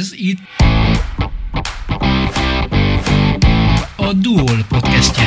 Ez itt a Duol podcastje.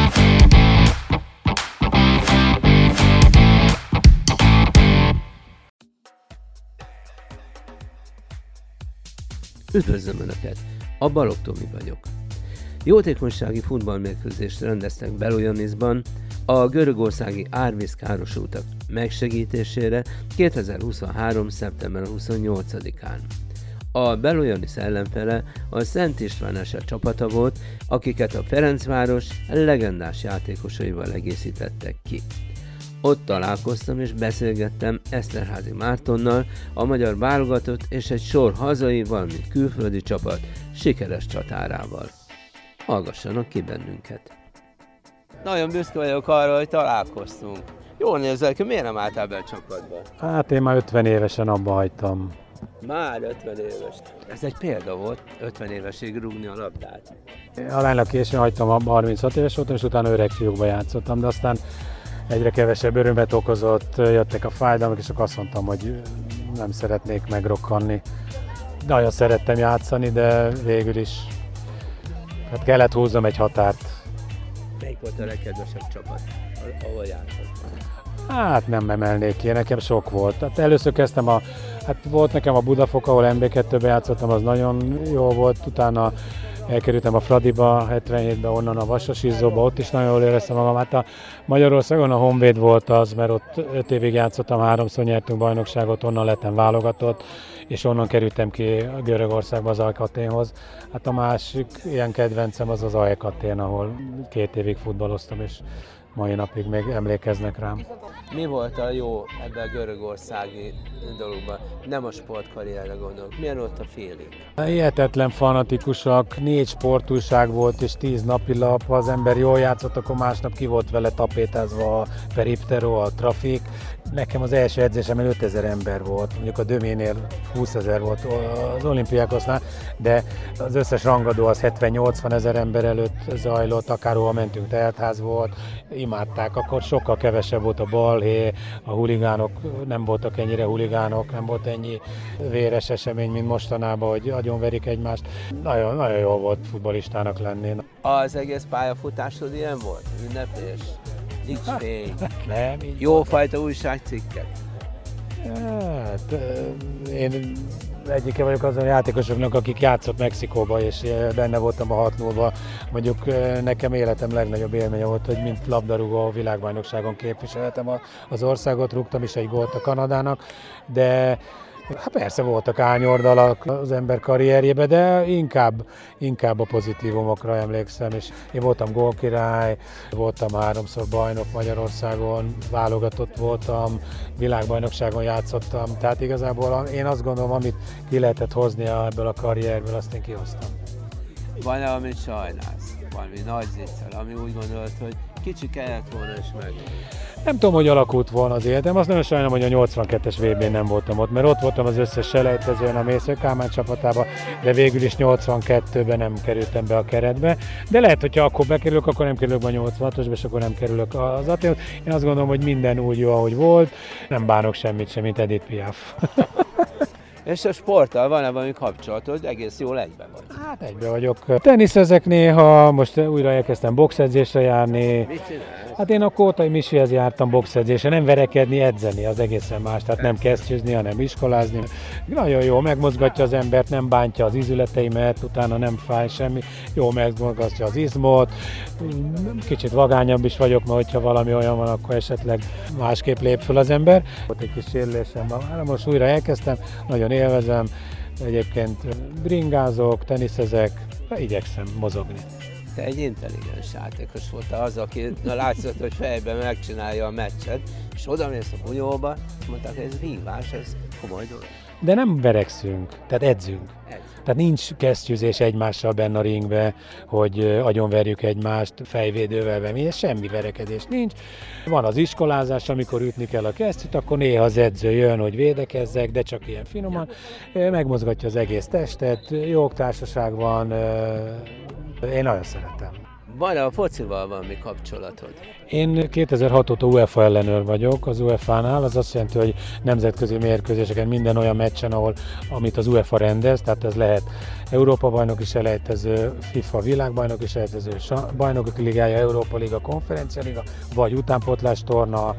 Üdvözlöm Önöket! A Balogh Tomi vagyok. Jótékonysági futballmérkőzést rendeztek Belojaniszban a görögországi árvízkárosultak megsegítésére 2023. szeptember 28-án. A Belojanisz ellenfele a Szent István Eser csapata volt, akiket a Ferencváros legendás játékosaival egészítettek ki. Ott találkoztam és beszélgettem Eszterházy Mártonnal, a magyar válogatott és egy sor hazai, valamint külföldi csapat sikeres csatárával. Hallgassanak ki bennünket! Nagyon büszke vagyok arra, hogy találkoztunk. Jól nézel ki, miért nem álltál be a csapatba? Hát én már 50 évesen abba hagytam. Már 50 éves. Ez egy példa volt, 50 évesig rúgni a labdát. Aránylag későn hagytam, abba 36 éves voltam, és utána öreg fiúkba játszottam, de aztán egyre kevesebb örömet okozott, jöttek a fájdalmak, és akkor azt mondtam, hogy nem szeretnék megrokkanni. Nagyon szerettem játszani, de végül is hát kellett húznom egy határt. Melyik volt a legkedvesebb csapat, ahol játszottam? Hát nem emelnék ki, nekem sok volt. Hát először kezdtem volt nekem a Budafok, ahol MB2-be játszottam, az nagyon jó volt, utána elkerültem a Fradiba, 77-ben onnan a Vasas Izzóba, ott is nagyon jól éreztem magam. Hát a Magyarországon a Honvéd volt az, mert ott 5 évig játszottam, 3-szor nyertünk bajnokságot, onnan lettem válogatott, és onnan kerültem ki a Görögországba az AEK Athénhoz. Hát a másik ilyen kedvencem az az AEK Athén, ahol 2 évig futballoztam, és mai napig még emlékeznek rám. Mi volt a jó ebben a görögországi dologban? Nem a sportkarrierre gondolok. Milyen volt a feeling? Hihetetlen fanatikusak, 4 sportújság volt és 10 napilap. Ha az ember jól játszott, akkor másnap ki volt vele tapétázva a peripteró, a trafik. Nekem az első edzésemen 5000 ember volt, mondjuk a Döménél 20 000 volt az olimpiákosnál, de az összes rangadó az 70-80 ezer ember előtt zajlott, akárhova mentünk, teltház volt, imádták, akkor sokkal kevesebb volt a balhé, a huligánok, nem voltak ennyire huligánok, nem volt ennyi véres esemény, mint mostanában, hogy agyonverik egymást. Nagyon, nagyon jó volt futballistának lenni. Az egész pályafutásod ilyen volt? Ünnepés? Nincs fény? Nem, Jófajta újságcikkek? Hát, én egyike vagyok azon a játékosoknak, akik játszott Mexikóba, és benne voltam a 6-0-ba. Mondjuk nekem életem legnagyobb élménye volt, hogy mint labdarúgó világbajnokságon képviseltem az országot, rúgtam is egy gólt a Kanadának, de hát persze voltak árnyoldalak az ember karrierjében, de inkább a pozitívumokra emlékszem, és én voltam gólkirály, voltam 3-szor bajnok Magyarországon, válogatott voltam, világbajnokságon játszottam, tehát igazából én azt gondolom, amit ki lehetett hozni ebből a karrierből, azt én kihoztam. Van-e, amit sajnálsz? Valami nagy zicsel, ami úgy gondolod, hogy kicsi kellett volna is meg? Nem tudom, hogy alakult volna az életem, azt nagyon sajnálom, hogy a 82-es VB-n nem voltam ott, mert ott voltam az összes selejtezőn a Mésző Kálmán csapatába, de végül is 82-ben nem kerültem be a keretbe. De lehet, hogyha akkor bekerülök, akkor nem kerülök be a 86-osba, és akkor nem kerülök az Athénhoz. Én azt gondolom, hogy minden úgy jó, ahogy volt, nem bánok semmit sem, mint Edith Piaf. És a sporttal van-e valami kapcsolatod? Egész jól egyben vagy. Hát egyben vagyok. Teniszezek néha, most újra elkezdtem boxedzésre járni. Mit csinálsz? Hát én a Kótai Misihez jártam boxedzésre, nem verekedni, edzeni, az egészen más. Tehát nem kesztyűzni, hanem iskolázni. Nagyon jó, megmozgatja az embert, nem bántja az ízületeimet, utána nem fáj semmi. Jó, megmozgatja az izmot. Kicsit vagányabb is vagyok, mert hogyha valami olyan van, akkor esetleg másképp lép föl az ember. Volt egy kis sérülésem, most újra elkezdtem, nagyon élvezem. Egyébként bringázok, teniszezek, igyekszem mozogni. Te egy intelligens játékos voltál az, aki látszott, hogy fejben megcsinálja a meccset, és odamész a bunyóba, és mondták, hogy ez vívás, ez komoly dolog. De nem verekszünk, tehát edzünk. Tehát nincs kesztyűzés egymással benne a ringbe, hogy agyonverjük egymást fejvédővel, semmi verekedés nincs. Van az iskolázás, amikor ütni kell a kesztyűt, akkor néha az edző jön, hogy védekezzek, de csak ilyen finoman. Megmozgatja az egész testet, jó társaság van, én nagyon szeretem. Van a focival valami kapcsolatod? Én 2006 óta UEFA ellenőr vagyok az UEFA-nál, az azt jelenti, hogy nemzetközi mérkőzéseken minden olyan meccsen, amit az UEFA rendez, tehát ez lehet Európa-bajnoki selejtező, FIFA világbajnoki selejtező, bajnokok ligája, Európa Liga, Konferencia Liga, vagy utánpótlás torna,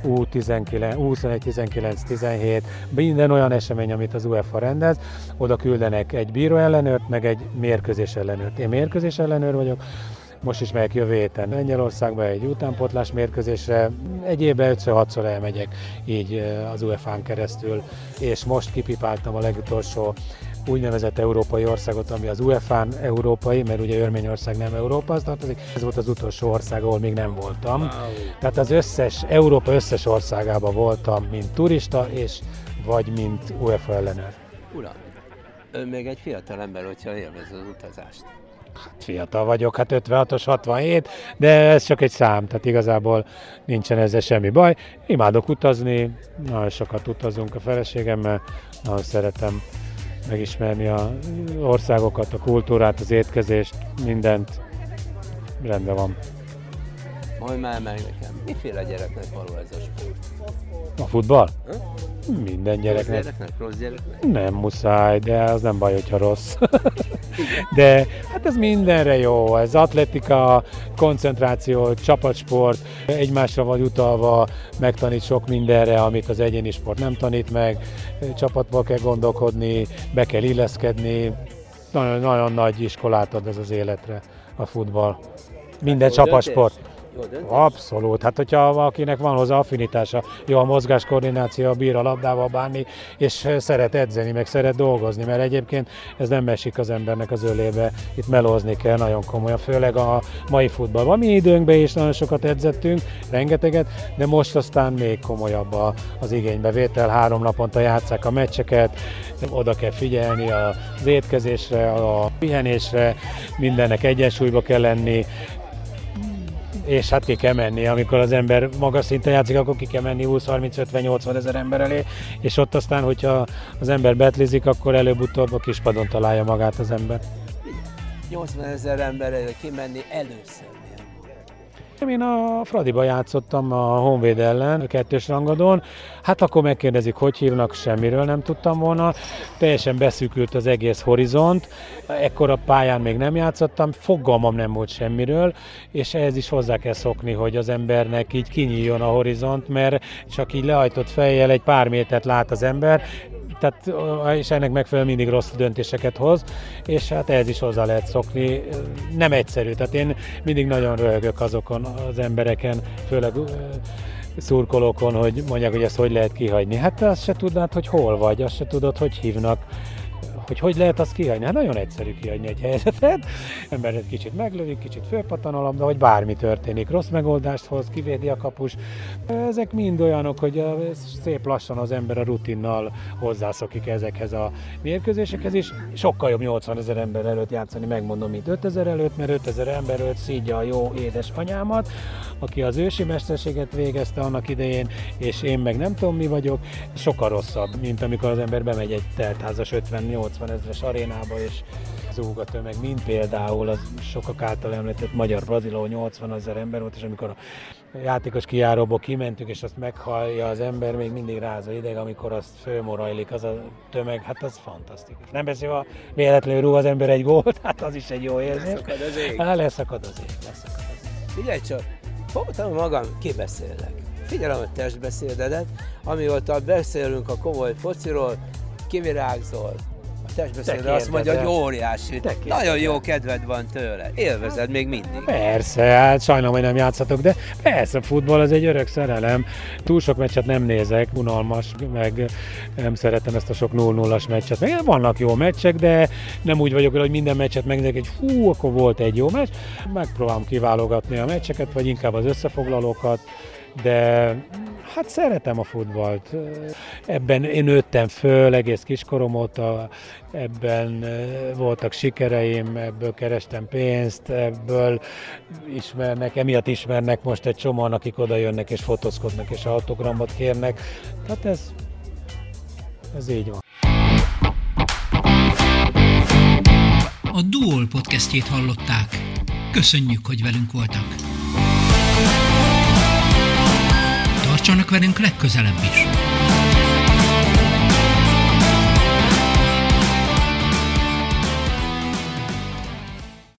U21, 19, 17, minden olyan esemény, amit az UEFA rendez, oda küldenek egy bíró ellenőrt, meg egy mérkőzés ellenőrt. Én mérkőzés ellenőr vagyok, most is megyek jövő héten Lengyelországba egy utánpótlás mérkőzésre, egy évben 5-6-szor elmegyek így az UEFA-n keresztül, és most kipipáltam a legutolsó úgynevezett európai országot, ami az UEFA-n európai, mert ugye Örményország nem Európa, tartozik. Ez volt az utolsó ország, ahol még nem voltam. Wow. Tehát az összes, Európa összes országában voltam, mint turista, és vagy mint UEFA ellenőr. Uram, ön még egy fiatal ember, hogyha élvez az utazást. Hát fiatal vagyok, hát 56-os, 67, de ez csak egy szám, tehát igazából nincsen ezzel semmi baj. Imádok utazni, nagyon sokat utazunk a feleségemmel, nagyon szeretem megismerni az országokat, a kultúrát, az étkezést, mindent. Rendben van. Mondj már meg nekem, miféle gyereknek való ez a sport? A futball? Minden gyereknek. Rossz gyereknek? Nem muszáj, de az nem baj, hogyha rossz. De hát ez mindenre jó, ez atletika, koncentráció, csapatsport, egymásra vagy utalva megtanít sok mindenre, amit az egyéni sport nem tanít meg, csapatban kell gondolkodni, be kell illeszkedni, nagyon, nagyon nagy iskolát ad ez az életre a futball. Minden csapatsport. Abszolút. Hát, hogyha valakinek van hozzá affinitása, jó a mozgáskoordináció, bír a labdával bánni, és szeret edzeni, meg szeret dolgozni, mert egyébként ez nem esik az embernek az ölébe. Itt melózni kell nagyon komolyan, főleg a mai futballban. Mi időnkben is nagyon sokat edzettünk, rengeteget, de most aztán még komolyabb az igénybevétel. 3 naponta játsszák a meccseket, oda kell figyelni az étkezésre, a pihenésre, mindennek egyensúlyba kell lenni, és hát ki kell menni, amikor az ember magas szinten játszik, akkor ki kell menni 20-30-50-80 ezer ember elé, és ott aztán, hogyha az ember betlizik, akkor előbb-utóbb a kispadon találja magát az ember. 80 ezer ember elé kimenni először. Én a Fradiba játszottam a Honvéd ellen, a 2-ös rangadón. Hát akkor megkérdezik, hogy hívnak, semmiről nem tudtam volna. Teljesen beszűkült az egész horizont. Ekkora pályán még nem játszottam, fogalmam nem volt semmiről, és ehhez is hozzá kell szokni, hogy az embernek így kinyíljon a horizont, mert csak így lehajtott fejjel egy pár métert lát az ember, tehát, és ennek megfelelően mindig rossz döntéseket hoz, és hát ehhez is hozzá lehet szokni. Nem egyszerű, tehát én mindig nagyon röhögök azokon az embereken, főleg szurkolókon, hogy mondják, hogy ezt hogy lehet kihagyni. Hát azt se tudnád, hogy hol vagy, azt se tudod, hogy hívnak, hogy lehet azt kihagyni. Hát nagyon egyszerű kihagyni egy helyzetet, emberet kicsit meglövik, kicsit fölpattan a labda, vagy bármi történik, rossz megoldást hoz, kivédi a kapus. Ezek mind olyanok, hogy szép lassan az ember a rutinnal hozzászokik ezekhez a mérkőzésekhez is. Sokkal jobb 80 ezer ember előtt játszani, megmondom, mint 5000 előtt, mert 5000 ember előtt szídja a jó édesanyámat, aki az ősi mesterséget végezte annak idején, és én meg nem tudom mi vagyok, sokkal rosszabb, mint amikor az ember bemegy egy teltházas 50-80 ezres arénába, és zúg a tömeg, mint például az sokak által említett magyar-braziló 80 ezer ember volt, és amikor a játékos kijáróból kimentünk, és azt meghallja az ember, még mindig ráz a ideg, amikor azt fölmorajlik az a tömeg, hát az fantasztikus. Nem beszélve, véletlenül rúg az ember egy gólt, hát az is egy jó érzés. Leszakad az ég. Hát leszakad az ég. Figyelj csak, fogtam magam, kibeszélek. Figyelem a testbeszédedet, amióta beszélünk a komoly fociról, kivirágzol. A testbeszédre azt mondja, hogy óriási. Nagyon jó kedved van tőle. Élvezed még mindig. Persze, hát sajnálom, hogy nem játszhatok, de persze, a futball az egy örök szerelem. Túl sok meccset nem nézek, unalmas, meg nem szeretem ezt a sok 0-0-as meccset. Meg vannak jó meccsek, de nem úgy vagyok, hogy minden meccset megnézek, hogy akkor volt egy jó meccs. Megpróbálom kiválogatni a meccseket, vagy inkább az összefoglalókat, de hát szeretem a futballt. Ebben én nőttem föl egész kiskorom óta, ebben voltak sikereim, ebből kerestem pénzt, ebből ismernek, emiatt ismernek most egy csomóan, akik oda jönnek és fotózkodnak és autogramot kérnek. Tehát ez így van. A Duol podcastjét hallották. Köszönjük, hogy velünk voltak. Tartsanak velünk legközelebb is!